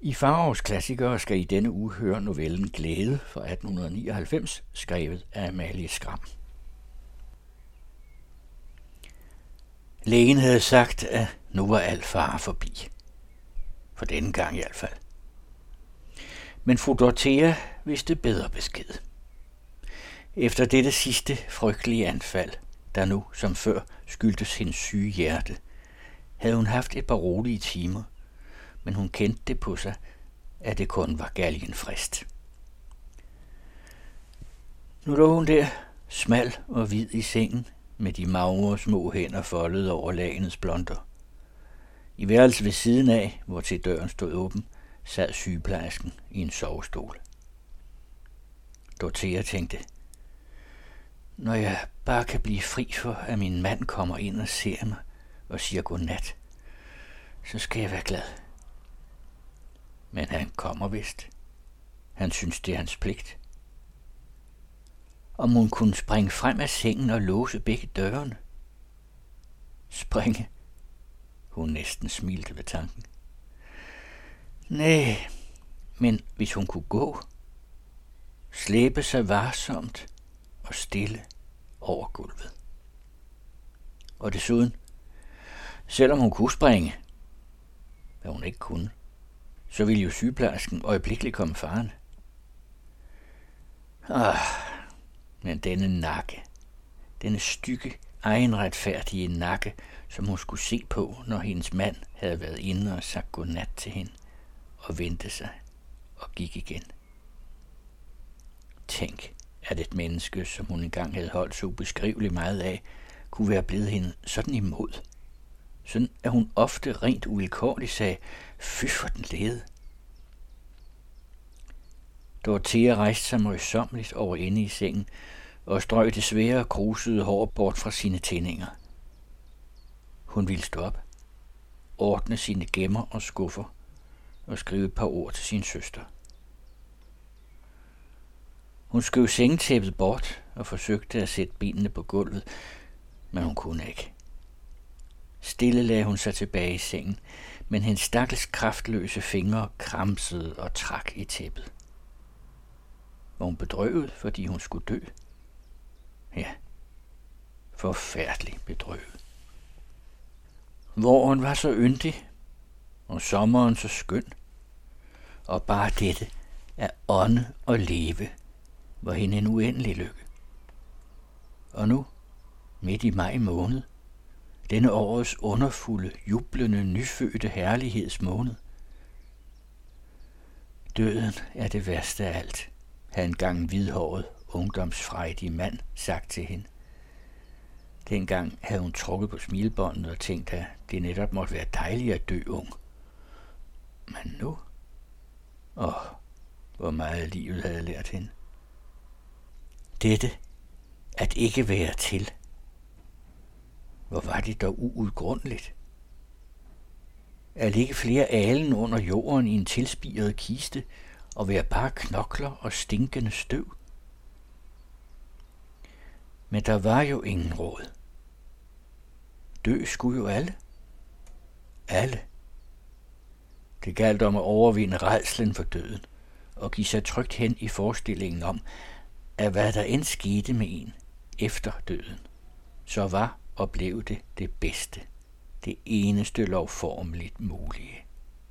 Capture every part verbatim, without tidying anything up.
I Farovs klassikere skal I denne uge høre novellen Glæde fra atten nioghalvfems, skrevet af Amalie Skram. Lægen havde sagt, at nu var al fare forbi. For denne gang i hvert fald. Men fru Dorthea vidste bedre besked. Efter dette sidste frygtelige anfald, der nu som før skyldtes hendes syge hjerte, havde hun haft et par rolige timer, men hun kendte det på sig, at det kun var galgenfrist. Nu lå hun der, smal og hvid i sengen, med de magre små hænder foldet over lagenets blonder. I værelset ved siden af, hvor til døren stod åben, sad sygeplejersken i en sovestol. Dorthea tænkte, når jeg bare kan blive fri for, at min mand kommer ind og ser mig og siger godnat, så skal jeg være glad. Men han kommer vist. Han synes, det er hans pligt. Om hun kunne springe frem af sengen og låse begge dørene. Springe? Hun næsten smilte ved tanken. Næh, men hvis hun kunne gå, slæbe sig varsomt og stille over gulvet. Og desuden, selvom hun kunne springe, hvad hun ikke kunne, så ville jo sygeplejersken øjeblikkeligt komme faren. Ah, men denne nakke, denne stykke, egenretfærdige nakke, som hun skulle se på, når hendes mand havde været inde og sagt godnat til hende, og vendte sig og gik igen. Tænk, at et menneske, som hun engang havde holdt så ubeskriveligt meget af, kunne være blevet hende sådan imod. Sådan at hun ofte rent uvilkårligt sagde, fy for den lede. Dorthea rejste sig møjsommeligt over inde i sengen og strøg det svære krusede hår bort fra sine tændinger. Hun ville stå op, ordne sine gemmer og skuffer og skrive et par ord til sin søster. Hun skøv sengetæppet bort og forsøgte at sætte benene på gulvet, men hun kunne ikke. Stille lagde hun sig tilbage i sengen, men hendes stakkels kraftløse fingre kramsede og trak i tæppet. Var hun bedrøvet, fordi hun skulle dø? Ja, forfærdeligt bedrøvet. Våren var så yndig, og sommeren så skøn, og bare dette at ånde og leve var hende en uendelig lykke. Og nu, midt i maj måned, denne årets underfulde, jublende, nyfødte herlighedsmåned. Døden er det værste af alt, havde engang hvidhåret, ungdomsfrejdig mand sagt til hende. Dengang havde hun trukket på smilebåndet og tænkt, at det netop måtte være dejligt at dø ung. Men nu? Åh, hvor meget livet havde lært hende. Dette, at ikke være til. Hvor var det dog uudgrundeligt. At ligge flere alen under jorden i en tilspiret kiste og være bare knokler og stinkende støv. Men der var jo ingen råd. Dø skulle jo alle. Alle. Det galt om at overvinde rædslen for døden og give sig trygt hen i forestillingen om, at hvad der end skete med en efter døden, så var og blev det det bedste, det eneste lovformeligt mulige.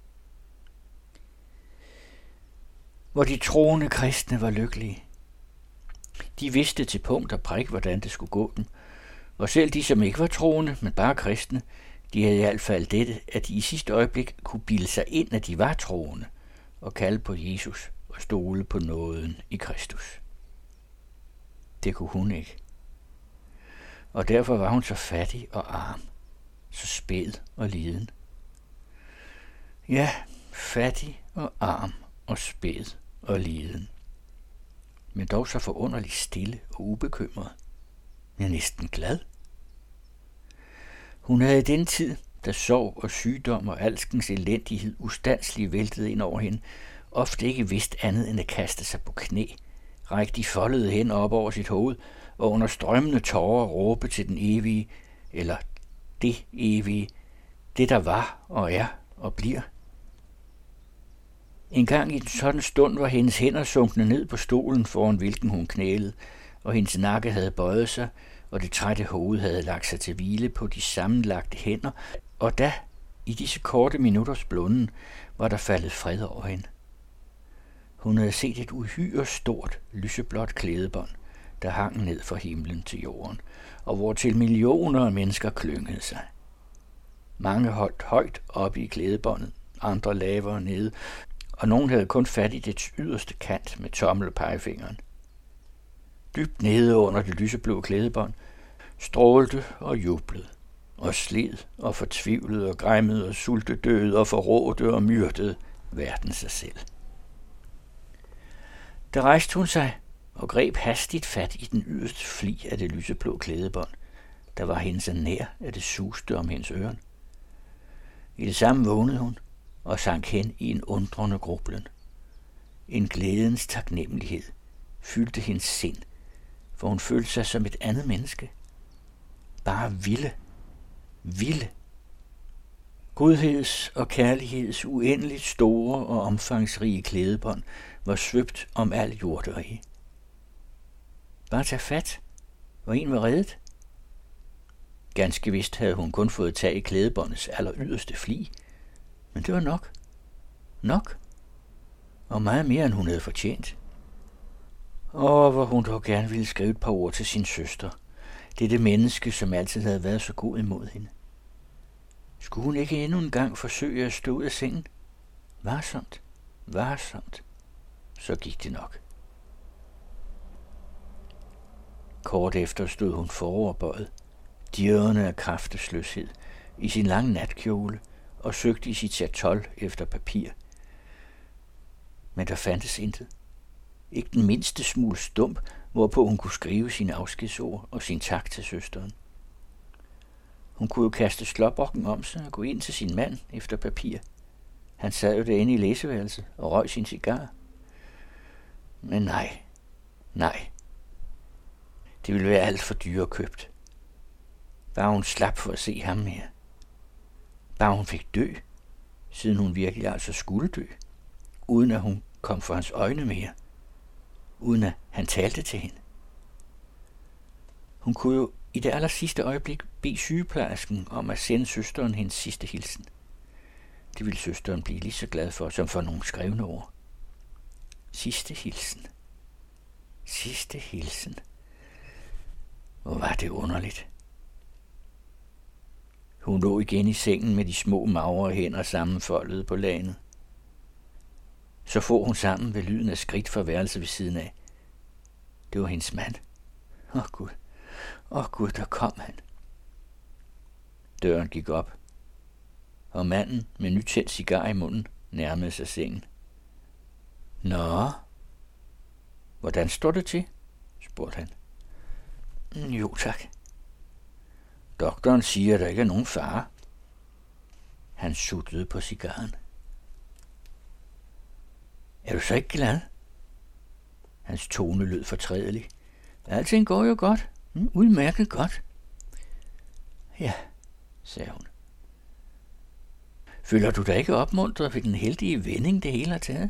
Hvor de troende kristne var lykkelige. De vidste til punkt og prik, hvordan det skulle gå dem, og selv de, som ikke var troende, men bare kristne, de havde i hvert fald dette, at de i sidste øjeblik kunne bilde sig ind, at de var troende, og kalde på Jesus og stole på nåden i Kristus. Det kunne hun ikke. Og derfor var hun så fattig og arm, så spæd og liden. Ja, fattig og arm og spæd og liden. Men dog så forunderligt stille og ubekymret. Men næsten glad. Hun havde i den tid, da sorg og sygdom og alskens elendighed ustandsligt væltede ind over hende, ofte ikke vidst andet end at kaste sig på knæ, række de foldede hænder op over sit hoved og under strømmende tårer råbe til den evige, eller det evige, det der var og er og bliver. En gang i en sådan stund var hendes hænder sunkne ned på stolen, foran hvilken hun knælede, og hendes nakke havde bøjet sig, og det trætte hoved havde lagt sig til hvile på de sammenlagte hænder, og da, i disse korte minutters blunden, var der faldet fred over hende. Hun havde set et uhyre stort, lyseblåt klædebånd, der hang ned fra himlen til jorden, og hvor til millioner af mennesker klyngede sig. Mange holdt højt oppe i klædebåndet, andre lavere nede, og nogen havde kun fat i dets yderste kant med tommel og pegefingeren. Dybt nede under det lyseblå klædebånd strålte og jublede, og sled og fortvivlede og græmmede og sultedøde og forrådte og myrdede verden sig selv. Der rejste hun sig og greb hastigt fat i den yderste fli af det lyseblå klædebånd, der var hende så nær, at det suste om hendes øren. I det samme vågnede hun og sank hen i en undrende grublen. En glædens taknemmelighed fyldte hendes sind, for hun følte sig som et andet menneske. Bare vilde, vilde. Godheds og kærligheds uendeligt store og omfangsrige klædebånd var svøbt om al jorderige. Bare tag fat, og en var reddet. Ganske vist havde hun kun fået tag i klædebåndets aller yderste fli, men det var nok. Nok. Og meget mere, end hun havde fortjent. Og hvor hun dog gerne ville skrive et par ord til sin søster, dette menneske, som altid havde været så god imod hende. Skulle hun ikke endnu en gang forsøge at stå ud af sengen? Varsomt, varsomt. Så gik det nok. Kort efter stod hun foroverbøjet, dirrende af kraftesløshed, i sin lange natkjole og søgte i sit chatol efter papir. Men der fandtes intet. Ikke den mindste smule stump, hvorpå hun kunne skrive sine afskedsord og sin tak til søsteren. Hun kunne jo kaste slåbrokken om sig og gå ind til sin mand efter papir. Han sad jo derinde i læseværelset og røg sin cigar. Men nej, nej. Det ville være alt for dyrekøbt. Bare hun slap for at se ham mere. Bare hun fik dø, siden hun virkelig altså skulle dø, uden at hun kom for hans øjne mere, uden at han talte til hende. Hun kunne jo i det aller sidste øjeblik bede sygeplejersken om at sende søsteren hendes sidste hilsen. Det ville søsteren blive lige så glad for, som for nogle skrevne ord. Sidste hilsen. Sidste hilsen. Hvor var det underligt. Hun lå igen i sengen med de små magre hænder sammenfoldede på lagenet. Så får hun sammen ved lyden af skridt fra værelset ved siden af. Det var hendes mand. Åh oh, Gud, åh oh, Gud, der kom han. Døren gik op, og manden med nytændt cigar i munden nærmede sig sengen. Nå, hvordan står det til? Spurgte han. Jo, tak. Doktoren siger, at der ikke er nogen fare. Han suttede på cigaren. Er du så ikke glad? Hans tone lød fortrædelig. Alting går jo godt. Mm, udmærket godt. Ja, sagde hun. Føler du dig ikke opmuntret ved den heldige vending, det hele har taget?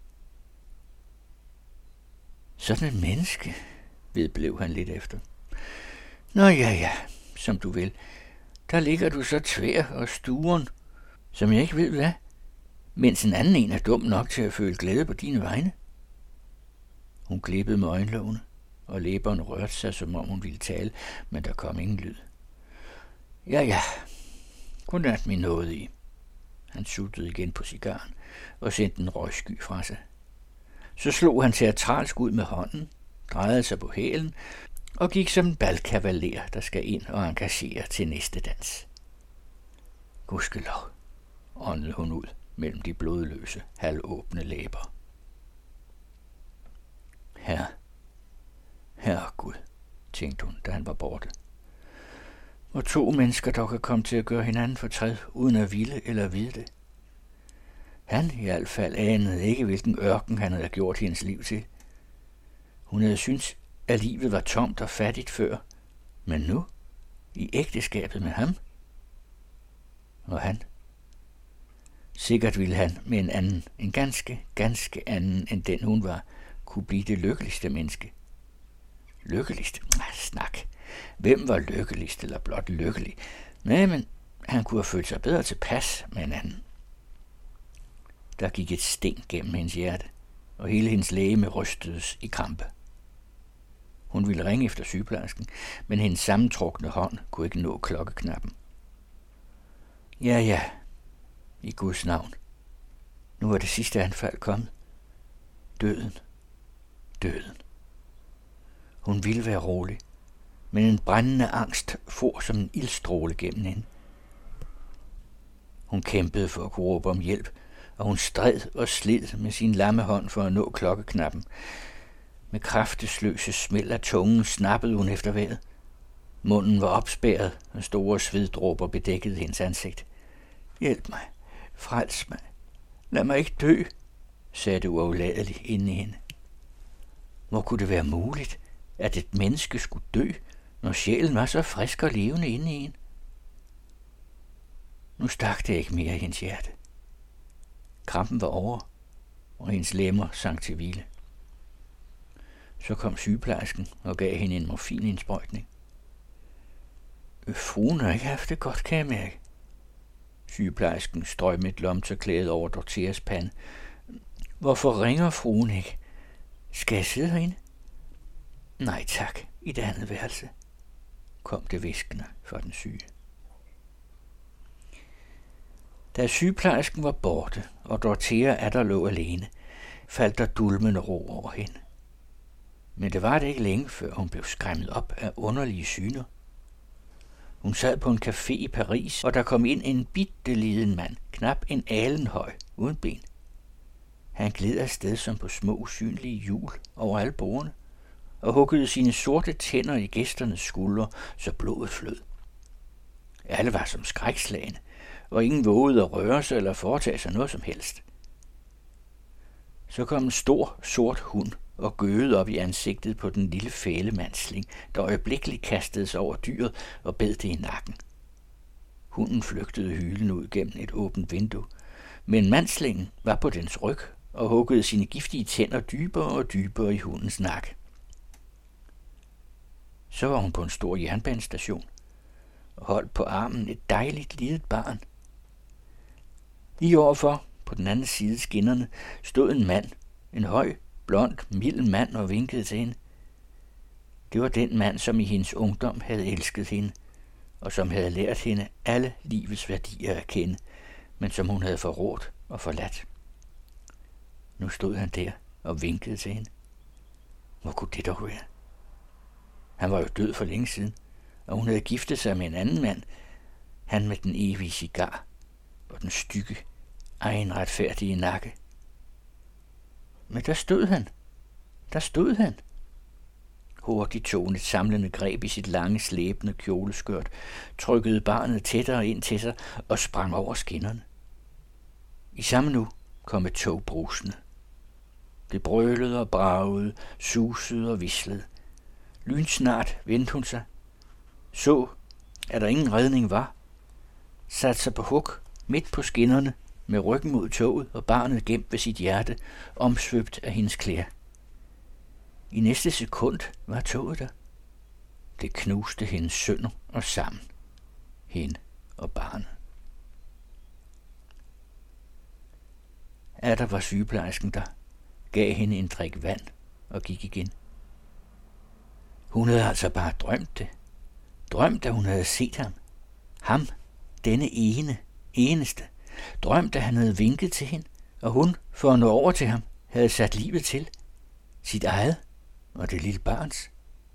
Sådan et menneske, vedblev han lidt efter. Nå ja, ja, som du vil. Der ligger du så tvær og sturen, som jeg ikke ved hvad, mens en anden en er dum nok til at føle glæde på dine vegne. Hun glippede med øjenlågene, og læberne rørte sig, som om hun ville tale, men der kom ingen lyd. Ja, ja, godnat min nåde i. Han suttede igen på cigaren og sendte en røgsky fra sig. Så slog han teatralsk ud med hånden, drejede sig på hælen og gik som en balkavaler, der skal ind og engagere til næste dans. Gudskelov, åndede hun ud mellem de blodløse, halvåbne læber. Herre, herre Gud, tænkte hun, da han var borte. Hvor to mennesker dog kan komme til at gøre hinanden fortræd, uden at ville eller vide det. Han i hvert fald anede ikke, hvilken ørken han havde gjort hendes liv til. Hun havde syntes, at livet var tomt og fattigt før, men nu, i ægteskabet med ham, og han, Sikkert ville han med en anden, en ganske, ganske anden end den hun var, kunne blive det lykkeligste menneske. Lykkeligst? Ah, snak. Hvem var lykkeligst eller blot lykkelig? Nej, men han kunne have følt sig bedre tilpas med en anden. Der gik et sting gennem hendes hjerte, og hele hendes legeme rystedes i krampe. Hun ville ringe efter sygeplejersken, men hendes sammentrukne hånd kunne ikke nå klokkeknappen. Ja, ja, i Guds navn. Nu var det sidste anfald kommet. Døden. Døden. Hun ville være rolig, men en brændende angst for som en ildstråle gennem hende. Hun kæmpede for at kunne råbe om hjælp, og hun stred og slid med sin lamme hånd for at nå klokkeknappen. Med kraftesløse smæld af tungen snappede hun efter vejret. Munden var opspærret, og store sveddråber bedækkede hendes ansigt. Hjælp mig, frels mig, lad mig ikke dø, sagde det uafladeligt inde i hende. Hvor kunne det være muligt, at et menneske skulle dø, når sjælen var så frisk og levende inde i hende? Nu stak det ikke mere i hendes hjerte. Krampen var over, og hendes lemmer sank til hvile. Så kom sygeplejersken og gav hende en morfinindsprøjtning. Fruen har ikke haft det godt, kan jeg mærke. Sygeplejersken strøg med et lomtørklæde over Dorotheas pande. Hvorfor ringer fruen ikke? Skal jeg sidde herinde? Nej tak, i det andet værelse, kom det hviskende for den syge. Da sygeplejersken var borte, og Dorothea atter lå alene, faldt der dulmende ro over hende. Men det var det ikke længe, før hun blev skræmmet op af underlige syner. Hun sad på en café i Paris, og der kom ind en bitteliden mand, knap en alen høj, uden ben. Han gled afsted som på små usynlige hjul over alle bordene, og huggede sine sorte tænder i gæsternes skuldre, så blodet flød. Alle var som skrækslagne, og ingen vågede at røre sig eller foretage sig noget som helst. Så kom en stor, sort hund og gøede op i ansigtet på den lille fælemandsling, der øjeblikkeligt kastede sig over dyret og bed det i nakken. Hunden flygtede hylen ud gennem et åbent vindue, men mandslingen var på dens ryg og huggede sine giftige tænder dybere og dybere i hundens nakke. Så var hun på en stor jernbanestation og holdt på armen et dejligt lidet barn. Lige overfor, på den anden side skinnerne, stod en mand, en høj, blond, mild mand og vinkede til hende. Det var den mand, som i hendes ungdom havde elsket hende, og som havde lært hende alle livets værdier at kende, men som hun havde forrådt og forladt. Nu stod han der og vinkede til hende. Hvor kunne det dog være? Han var jo død for længe siden, og hun havde giftet sig med en anden mand, han med den evige cigar og den stygge, egenretfærdige nakke. Men der stod han. Der stod han. Hurtigt tog hun et samlende greb i sit lange, slæbende kjoleskørt, trykkede barnet tættere ind til sig og sprang over skinnerne. I samme nu kom et tog brusende. Det brølede og bragede, susede og vislede. Lynsnart vendte hun sig, så, at der ingen redning var, satte sig på hug midt på skinnerne med ryggen mod toget og barnet gemt ved sit hjerte, omsvøbt af hendes klæder. I næste sekund var toget der. Det knuste hendes sønner og sammen, hende og barnet. Atter var sygeplejersken der, gav hende en drik vand og gik igen. Hun havde altså bare drømt det. Drømt, at hun havde set ham. Ham, denne ene, eneste. Drømt, at han havde vinket til hende, og hun, for at nå over til ham, havde sat livet til. Sit eget og det lille barns.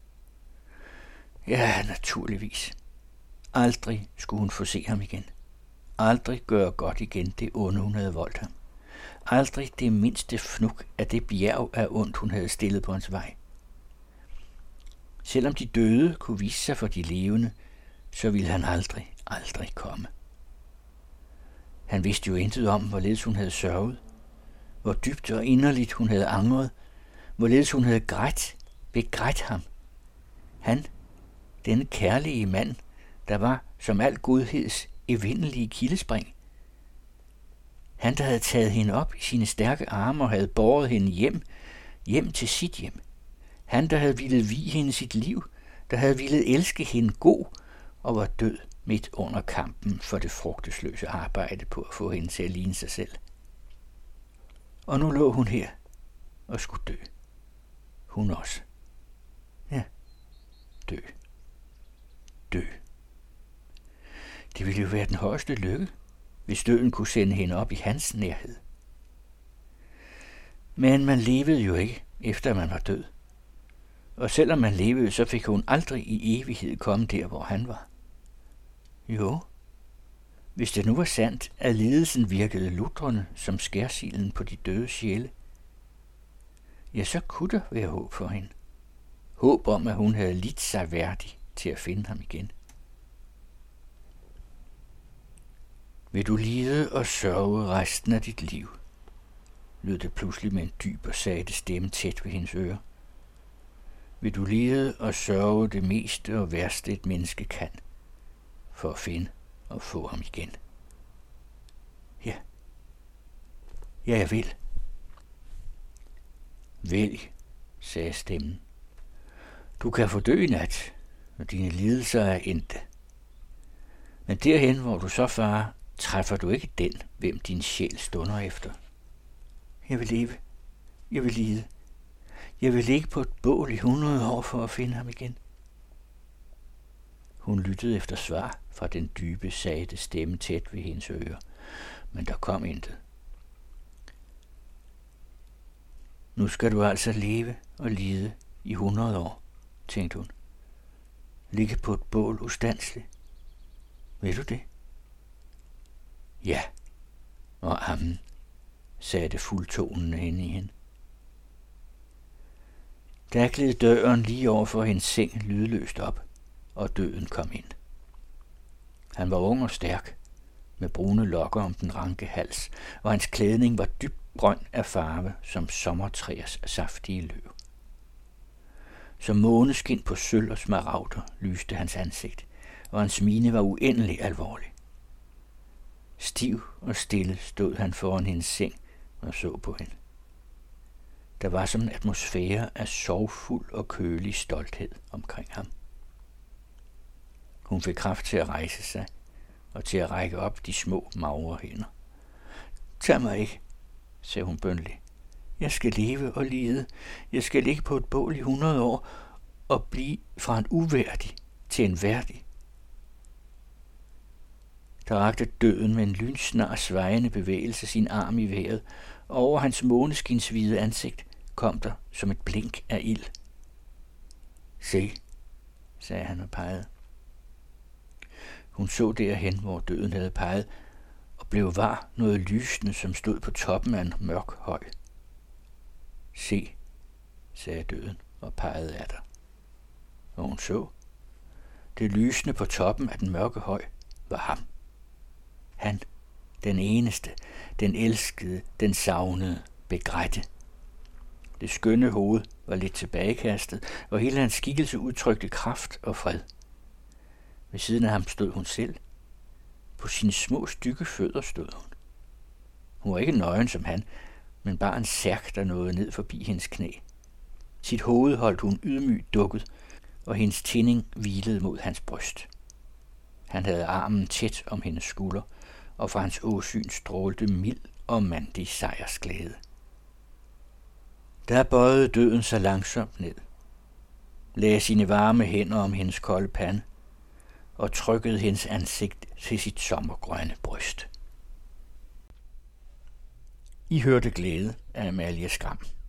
Ja, naturligvis. Aldrig skulle hun få se ham igen. Aldrig gøre godt igen det onde, hun havde voldt ham. Aldrig det mindste fnuk af det bjerg af ondt, hun havde stillet på hans vej. Selvom de døde kunne vise sig for de levende, så ville han aldrig, aldrig komme. Han vidste jo intet om, hvorledes hun havde sørget, hvor dybt og inderligt hun havde angret, hvorledes hun havde grædt, begrædt ham. Han, denne kærlige mand, der var som al godheds evindelige kildespring. Han, der havde taget hende op i sine stærke arme og havde båret hende hjem, hjem til sit hjem. Han, der havde ville vie hende sit liv, der havde ville elske hende god og var død midt under kampen for det frugtesløse arbejde på at få hende til at ligne sig selv. Og nu lå hun her og skulle dø. Hun også. Ja, dø. Dø. Det ville jo være den højeste lykke, hvis døden kunne sende hende op i hans nærhed. Men man levede jo ikke, efter man var død. Og selvom man levede, så fik hun aldrig i evighed komme der, hvor han var. Jo, hvis det nu var sandt, at lidelsen virkede lutrende som skærsilden på de døde sjæle, ja, så kunne der være håb for hende. Håb om, at hun havde lidt sig værdig til at finde ham igen. Vil du lide og sørge resten af dit liv? Lød det pludselig med en dyb og sagte stemme tæt ved hendes øre. Vil du lide og sørge det meste og værste et menneske kan, for at finde og få ham igen? Ja. Ja, jeg vil. Vælg, sagde stemmen. Du kan få dø i nat, når dine lidelser er endte. Men derhen, hvor du så farer, træffer du ikke den, hvem din sjæl stunder efter. Jeg vil leve. Jeg vil lide. Jeg vil ligge på et bål i hundrede år for at finde ham igen. Hun lyttede efter svar fra den dybe, sagte stemme tæt ved hendes ører, men der kom intet. Nu skal du altså leve og lide i hundrede år, tænkte hun. Ligge på et bål ustandsligt. Vil du det? Ja, og amen, sagde det fuldtonende hende i hende. Der gled døren lige over for hendes seng lydløst op, og døden kom ind. Han var ung og stærk, med brune lokker om den ranke hals, og hans klædning var dybt grøn af farve som sommertræers saftige løv. Som måneskin på sølv og smaragder lyste hans ansigt, og hans mine var uendelig alvorlig. Stiv og stille stod han foran hendes seng og så på hende. Der var som en atmosfære af sorgfuld og kølig stolthed omkring ham. Hun fik kraft til at rejse sig og til at række op de små, magre hænder. Tag mig ikke, sagde hun bønligt. Jeg skal leve og lide. Jeg skal ligge på et bål i hundrede år og blive fra en uværdig til en værdig. Der rakte døden med en lynsnar svajende bevægelse sin arm i vejret, og over hans måneskinsvide ansigt kom der som et blink af ild. Se, sagde han og pegede. Hun så derhen, hvor døden havde peget, og blev var noget lysende, som stod på toppen af en mørk høj. Se, sagde døden og pegede af der. Og hun så. Det lysende på toppen af den mørke høj var ham. Han, den eneste, den elskede, den savnede, begrædte. Det skønne hoved var lidt tilbagekastet, og hele hans skikkelse udtrykte kraft og fred. Ved siden af ham stod hun selv. På sine små stykke fødder stod hun. Hun var ikke nøgen som han, men bare en særk, der nåede ned forbi hendes knæ. Sit hoved holdt hun ydmygt dukket, og hendes tinding hvilede mod hans bryst. Han havde armen tæt om hendes skulder, og fra hans åsyn strålte mild og mandig sejrsglæde. Der bøjede døden sig langsomt ned, lagde sine varme hænder om hendes kolde pande og trykkede hendes ansigt til sit sommergrønne bryst. I hørte Glæde af Amalie Skram.